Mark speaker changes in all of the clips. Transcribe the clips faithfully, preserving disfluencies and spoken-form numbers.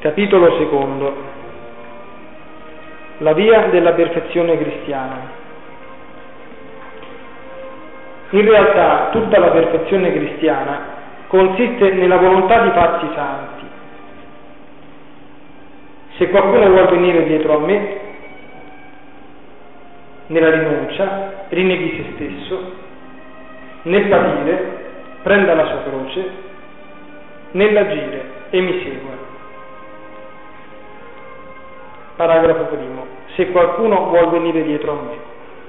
Speaker 1: Capitolo secondo. La via della perfezione cristiana. In realtà tutta la perfezione cristiana consiste nella volontà di farsi santi. Se qualcuno vuol venire dietro a me, nella rinuncia rinneghi se stesso, nel patire prenda la sua croce, nell'agire e mi segua. Paragrafo primo. Se qualcuno vuol venire dietro a me.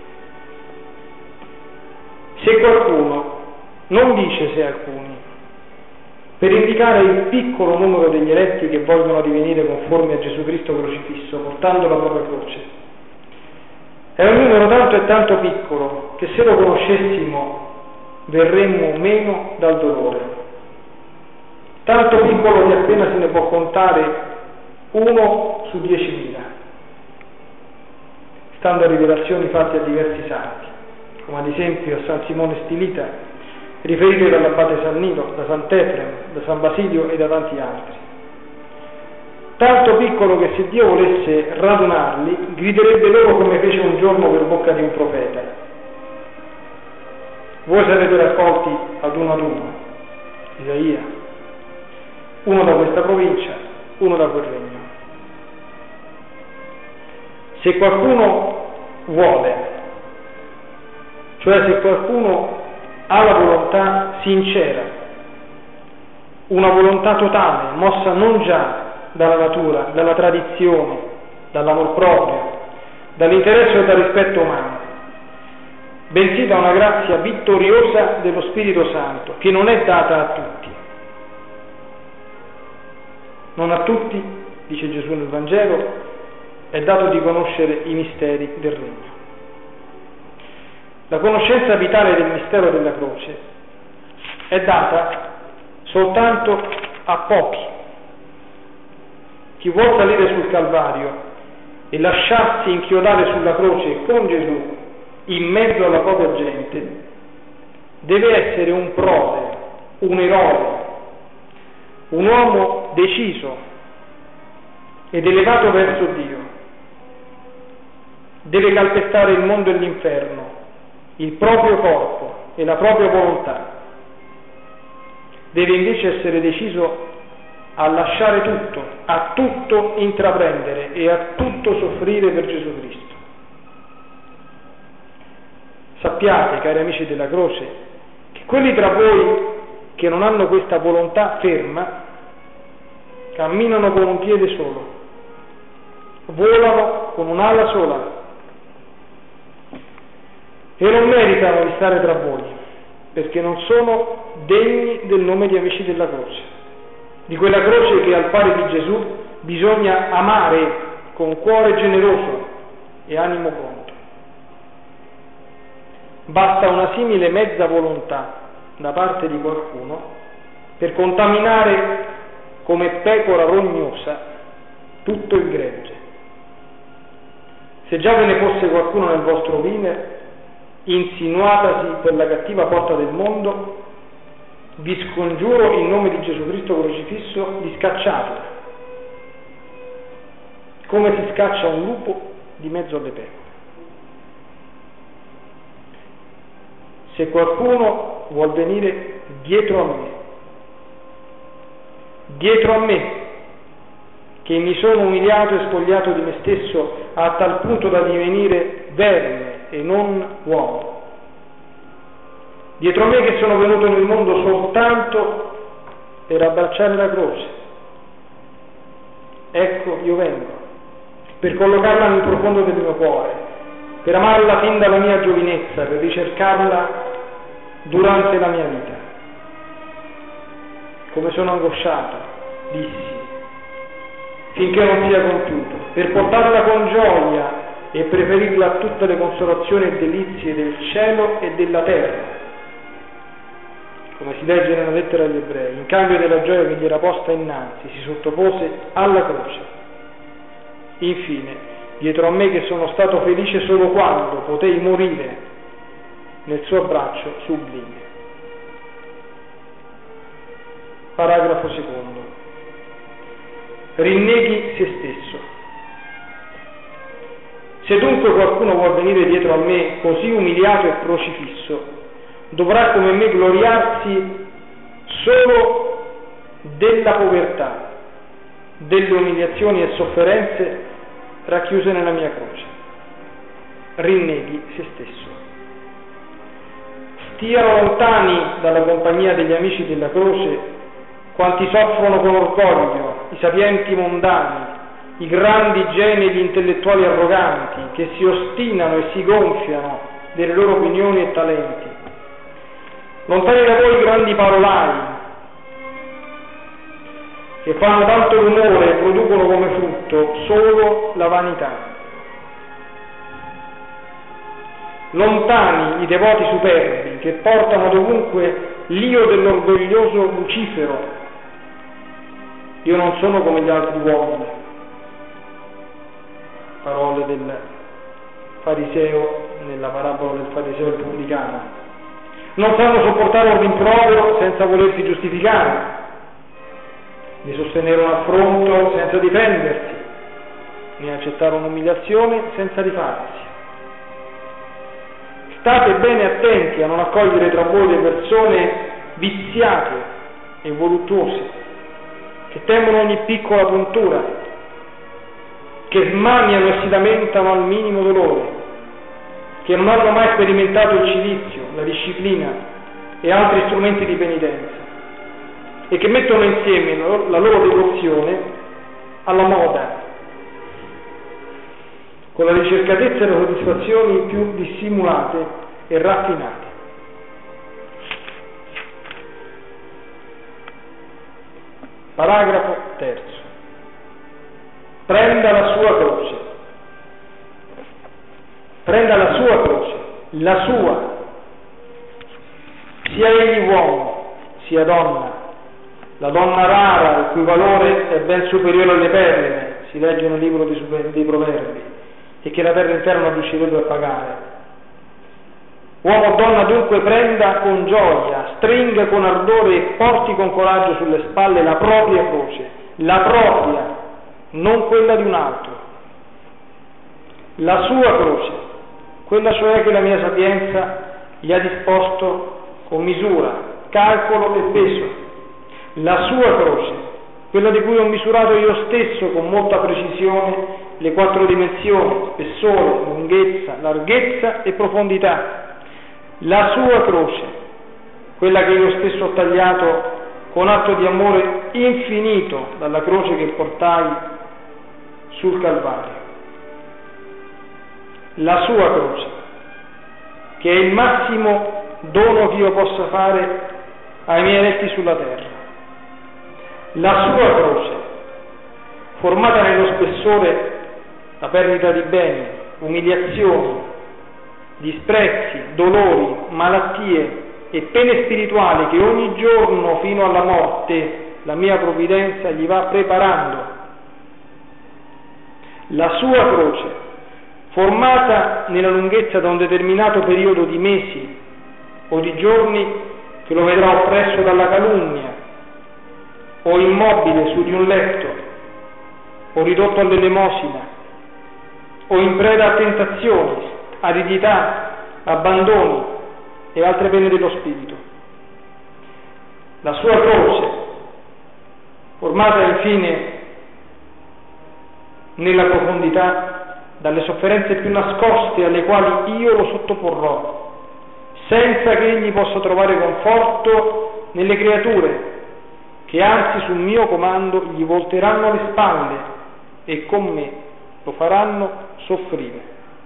Speaker 1: Se qualcuno non dice se alcuni, per indicare il piccolo numero degli eletti che vogliono divenire conformi a Gesù Cristo crocifisso, portando la propria croce. È un numero tanto e tanto piccolo che se lo conoscessimo verremmo meno dal dolore. Tanto piccolo che appena se ne può contare uno su diecimila, stando a rivelazioni fatte a diversi santi, come ad esempio a San Simone Stilita, riferite dall'abate San Nino, da Sant'Efrem, da San Basilio e da tanti altri. Tanto piccolo che se Dio volesse radunarli, griderebbe loro come fece un giorno per bocca di un profeta: voi sarete raccolti ad uno ad uno, Isaia, uno da questa provincia, uno da quel regno. Se qualcuno vuole, cioè se qualcuno ha la volontà sincera, una volontà totale, mossa non già dalla natura, dalla tradizione, dall'amor proprio, dall'interesse o dal rispetto umano, bensì da una grazia vittoriosa dello Spirito Santo, che non è data a tutti. Non a tutti, dice Gesù nel Vangelo, è dato di conoscere i misteri del Regno. La conoscenza vitale del mistero della croce è data soltanto a pochi. Chi vuol salire sul Calvario e lasciarsi inchiodare sulla croce con Gesù in mezzo alla propria gente deve essere un prode, un eroe, un uomo deciso ed elevato verso Dio. Deve calpestare il mondo e l'inferno, il proprio corpo e la propria volontà. Deve invece essere deciso a lasciare tutto, a tutto intraprendere e a tutto soffrire per Gesù Cristo. Sappiate, cari amici della croce, che quelli tra voi che non hanno questa volontà ferma camminano con un piede solo, volano con un'ala sola e non meritano di stare tra voi, perché non sono degni del nome di amici della croce, di quella croce che al pari di Gesù bisogna amare con cuore generoso e animo pronto. Basta una simile mezza volontà da parte di qualcuno per contaminare come pecora rognosa tutto il gregge. Se già ve ne fosse qualcuno nel vostro vile, insinuatasi per la cattiva porta del mondo, vi scongiuro in nome di Gesù Cristo crocifisso di scacciarla, come si scaccia un lupo di mezzo alle pecore. Se qualcuno vuol venire dietro a me, dietro a me, che mi sono umiliato e spogliato di me stesso a tal punto da divenire verme e non uomo, dietro a me che sono venuto nel mondo soltanto per abbracciare la croce, ecco io vengo, per collocarla nel profondo del mio cuore, per amarla fin dalla mia giovinezza, per ricercarla durante la mia vita. Come sono angosciato, dissi, finché non sia compiuto, per portarla con gioia e preferirla a tutte le consolazioni e delizie del cielo e della terra, come si legge nella lettera agli Ebrei. In cambio della gioia che gli era posta innanzi, si sottopose alla croce. Infine, dietro a me che sono stato felice solo quando potei morire nel suo abbraccio sublime. Paragrafo secondo. rinneghi se stesso. Se dunque qualcuno vuol venire dietro a me così umiliato e crocifisso, dovrà come me gloriarsi solo della povertà, delle umiliazioni e sofferenze racchiuse nella mia croce. Rinneghi se stesso. Stiano lontani dalla compagnia degli amici della croce quanti soffrono con orgoglio, i sapienti mondani, i grandi geni e gli intellettuali arroganti che si ostinano e si gonfiano delle loro opinioni e talenti. Lontani da voi i grandi parolai che fanno tanto rumore e producono come frutto solo la vanità. Lontani i devoti superbi che portano dovunque l'io dell'orgoglioso Lucifero. Io non sono come gli altri uomini. Parole del fariseo nella parabola del fariseo e del pubblicano. Non sanno sopportare un rimprovero senza volersi giustificare, né sostenere un affronto senza difendersi, né accettare un'umiliazione senza rifarsi. State bene attenti a non accogliere tra voi le persone viziate e voluttuose, che temono ogni piccola puntura, che smaniano e si lamentano al minimo dolore, che non hanno mai sperimentato il cilizio, la disciplina e altri strumenti di penitenza, e che mettono insieme la loro devozione alla moda, con la ricercatezza e le soddisfazioni più dissimulate e raffinate. Paragrafo terzo. Prenda la sua croce. Prenda la sua croce, la sua. Sia egli uomo, sia donna. La donna rara, il cui valore è ben superiore alle perle, si legge nel libro dei Proverbi, e che la terra intera non riuscirebbe a pagare. Uomo o donna dunque prenda con gioia, stringa con ardore e porti con coraggio sulle spalle la propria croce, la propria, non quella di un altro. La sua croce, quella cioè che la mia sapienza gli ha disposto con misura, calcolo e peso. La sua croce, quella di cui ho misurato io stesso con molta precisione le quattro dimensioni, spessore, lunghezza, larghezza e profondità. La sua croce, quella che io stesso ho tagliato con atto di amore infinito dalla croce che portai sul Calvario. La sua croce, che è il massimo dono che io possa fare ai miei eletti sulla terra. La sua croce, formata nello spessore la perdita di beni, umiliazioni, disprezzi, dolori, malattie e pene spirituali che ogni giorno fino alla morte la mia provvidenza gli va preparando. La sua croce, formata nella lunghezza da un determinato periodo di mesi o di giorni che lo vedrà oppresso dalla calunnia, o immobile su di un letto, o ridotto all'elemosina, o in preda a tentazioni, aridità, abbandoni e altre pene dello spirito. La sua croce, formata infine nella profondità dalle sofferenze più nascoste alle quali io lo sottoporrò, senza che egli possa trovare conforto nelle creature, che anzi sul mio comando gli volteranno le spalle e con me lo faranno soffrire.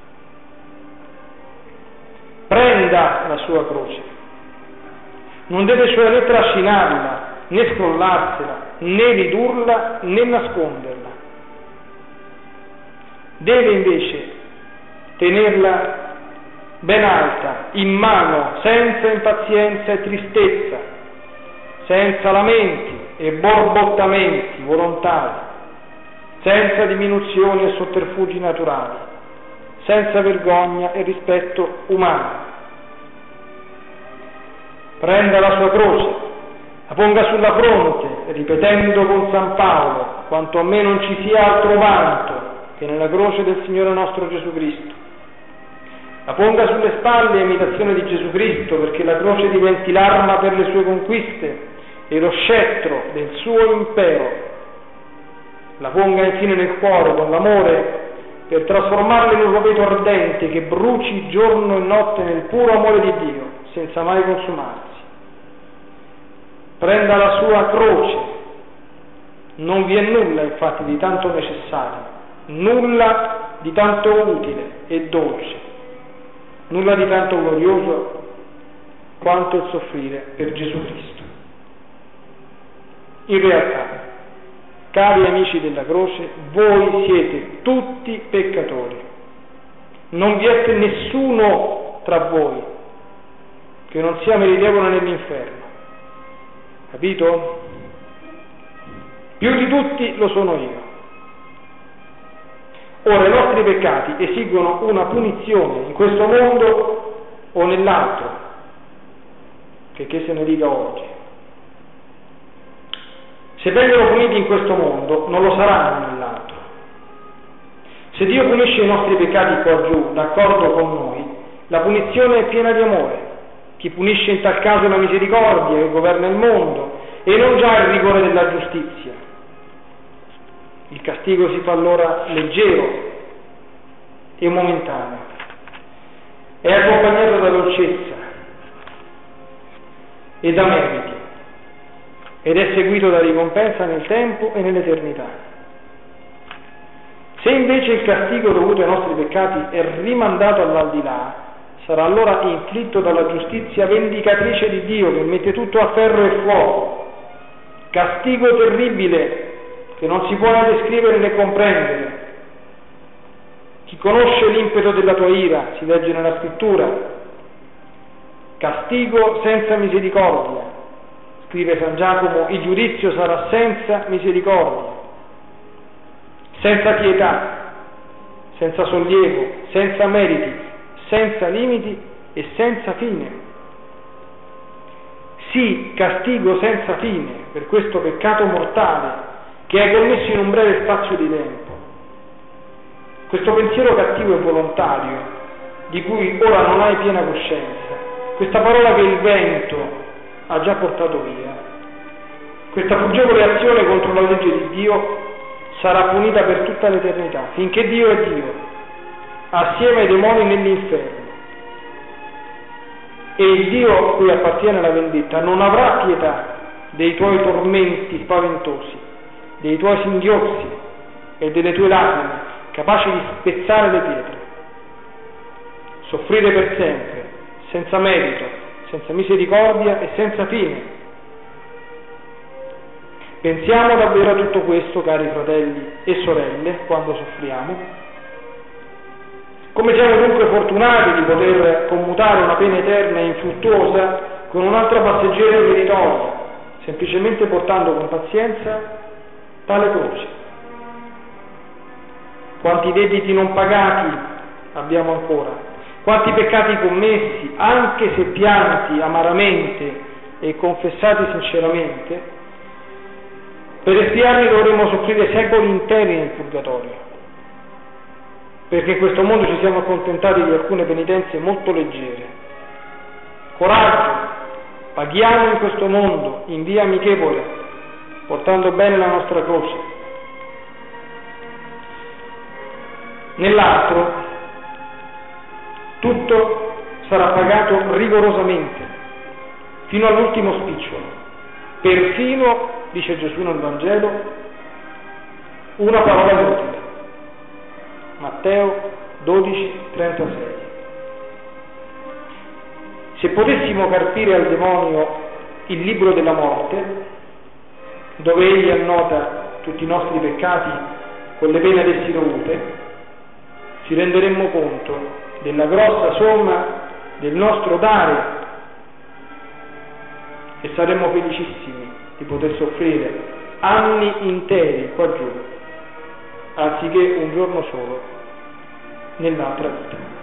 Speaker 1: Prenda la sua croce. Non deve cioè né trascinarla, né scrollarsela, né ridurla, né nasconderla. Deve invece tenerla ben alta, in mano, senza impazienza e tristezza, senza lamenti e borbottamenti volontari, senza diminuzioni e sotterfugi naturali, senza vergogna e rispetto umano. Prenda la sua croce, la ponga sulla fronte, ripetendo con San Paolo: quanto a me non ci sia altro vanto che nella croce del Signore nostro Gesù Cristo. La ponga sulle spalle a imitazione di Gesù Cristo, perché la croce diventi l'arma per le sue conquiste e lo scettro del suo impero. La ponga infine nel cuore con l'amore, per trasformarla in un roveto ardente che bruci giorno e notte nel puro amore di Dio, senza mai consumarsi. Prenda la sua croce. Non vi è nulla infatti di tanto necessario, nulla di tanto utile e dolce, nulla di tanto glorioso quanto il soffrire per Gesù Cristo. In realtà, cari amici della croce, voi siete tutti peccatori. Non vi è nessuno tra voi che non sia meritevole nell'inferno. Capito? Più di tutti lo sono io. Ora, i nostri peccati esigono una punizione in questo mondo o nell'altro, che che se ne dica oggi. Se vengono puniti in questo mondo, non lo saranno nell'altro. Se Dio punisce i nostri peccati qua giù, d'accordo con noi, la punizione è piena di amore. Chi punisce in tal caso è la misericordia che governa il mondo e non già il rigore della giustizia. Il castigo si fa allora leggero e momentaneo, è accompagnato da dolcezza e da meriti, ed è seguito da ricompensa nel tempo e nell'eternità. Se invece il castigo dovuto ai nostri peccati è rimandato all'aldilà, sarà allora inflitto dalla giustizia vendicatrice di Dio, che mette tutto a ferro e fuoco. Castigo terribile che non si può né descrivere né comprendere. Chi conosce l'impeto della tua ira, si legge nella scrittura. Castigo senza misericordia. Scrive San Giacomo: il giudizio sarà senza misericordia, senza pietà, senza sollievo, senza meriti, senza limiti e senza fine. Sì, castigo senza fine per questo peccato mortale che hai commesso in un breve spazio di tempo. Questo pensiero cattivo e volontario, di cui ora non hai piena coscienza, questa parola che il vento ha già portato via, questa fuggevole azione contro la legge di Dio sarà punita per tutta l'eternità, finché Dio è Dio, assieme ai demoni nell'inferno. E il Dio a cui appartiene la vendetta non avrà pietà dei tuoi tormenti spaventosi, dei tuoi singhiozzi e delle tue lacrime, capaci di spezzare le pietre. Soffrire per sempre, senza merito, senza misericordia e senza fine. Pensiamo davvero a tutto questo, cari fratelli e sorelle, quando soffriamo? Come siamo dunque fortunati di poter commutare una pena eterna e infruttuosa con un'altra passeggera e meritoria, semplicemente portando con pazienza tale croce. Quanti debiti non pagati abbiamo ancora, quanti peccati commessi, anche se pianti amaramente e confessati sinceramente. Per espiarli dovremo soffrire secoli interi nel purgatorio, perché in questo mondo ci siamo accontentati di alcune penitenze molto leggere. Coraggio, paghiamo in questo mondo in via amichevole, portando bene la nostra croce. Nell'altro tutto sarà pagato rigorosamente, fino all'ultimo spicciolo, perfino, dice Gesù nel Vangelo, una parola inutile. Matteo dodici trentasei. Se potessimo carpire al demonio il libro della morte, dove egli annota tutti i nostri peccati con le pene ad essi dovute, ci renderemmo conto della grossa somma del nostro dare e saremmo felicissimi di poter soffrire anni interi qua giù, anziché un giorno solo nell'altra vita.